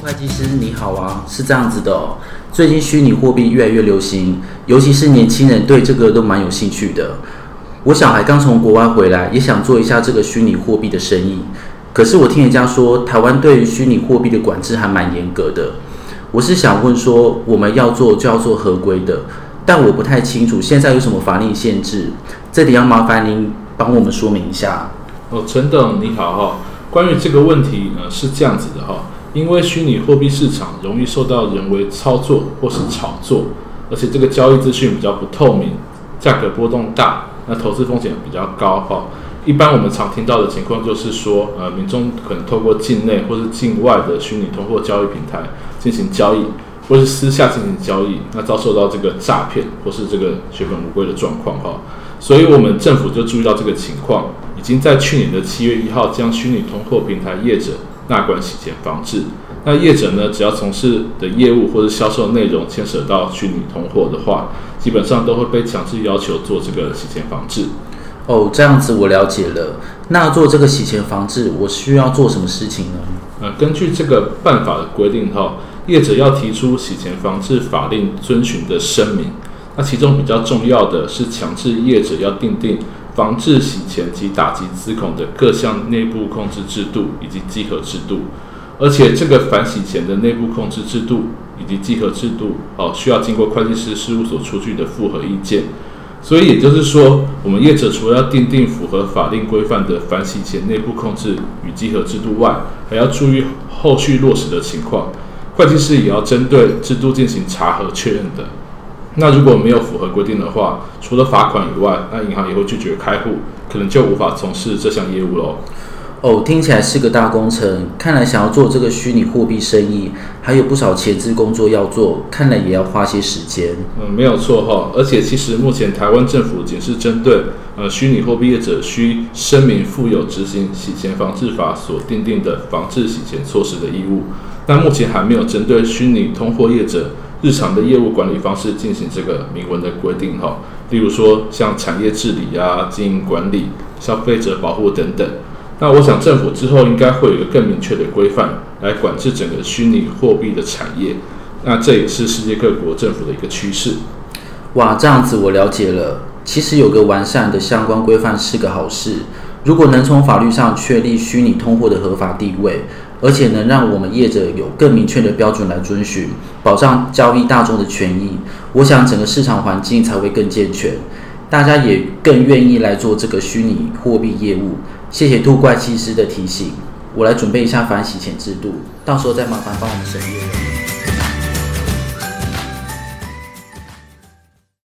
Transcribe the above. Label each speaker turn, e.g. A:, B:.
A: 会计师你好啊，是这样子的哦。最近虚拟货币越来越流行，尤其是年轻人对这个都蛮有兴趣的。我小孩刚从国外回来，也想做一下这个虚拟货币的生意。可是我听人家说，台湾对于虚拟货币的管制还蛮严格的。我是想问说，我们要做就要做合规的，但我不太清楚现在有什么法令限制，这里要麻烦您帮我们说明一下。
B: 陈董你好哈，关于这个问题是这样子的哈，因为虚拟货币市场容易受到人为操作或是炒作，而且这个交易资讯比较不透明，价格波动大，那投资风险比较高哈。一般我们常听到的情况就是说，民众可能透过境内或是境外的虚拟通货交易平台进行交易，或是私下进行交易，那遭受到这个诈骗或是这个血本无归的状况哈。所以我们政府就注意到这个情况，已经在去年的7月1号将虚拟通货平台业者纳管洗钱防治。那业者呢，只要从事的业务或是销售内容牵涉到虚拟通货的话，基本上都会被强制要求做这个洗钱防治。
A: 哦，这样子我了解了。那做这个洗钱防治，我需要做什么事情呢？
B: 根据这个办法的规定业者要提出洗钱防治法令遵循的声明。那其中比较重要的是强制业者要订定防治洗钱及打击资恐的各项内部控制制度以及稽核制度，而且这个反洗钱的内部控制制度以及稽核制度需要经过会计师事务所出具的复核意见。所以也就是说，我们业者除了要订定符合法令规范的反洗钱内部控制与稽核制度外，还要注意后续落实的情况，会计师也要针对制度进行查核确认的。那如果没有符合规定的话，除了罚款以外，那银行也会拒绝开户，可能就无法从事这项业务咯。
A: 哦，听起来是个大工程，看来想要做这个虚拟货币生意，还有不少前置工作要做，看来也要花些时间。
B: 没有错而且其实目前台湾政府仅是针对虚拟货币业者需声明负有执行洗钱防治法所订定的防治洗钱措施的义务，那目前还没有针对虚拟通货业者日常的业务管理方式进行这个明文的规定例如说像产业治理经营管理、消费者保护等等。那我想政府之后应该会有一个更明确的规范来管制整个虚拟货币的产业，那这也是世界各国政府的一个趋势。
A: 哇，这样子我了解了。其实有个完善的相关规范是个好事，如果能从法律上确立虚拟通货的合法地位，而且能让我们业者有更明确的标准来遵循，保障交易大众的权益，我想整个市场环境才会更健全，大家也更愿意来做这个虚拟货币业务。谢谢兔会计师的提醒，我来准备一下反洗钱制度，到时候再麻烦帮我们审阅。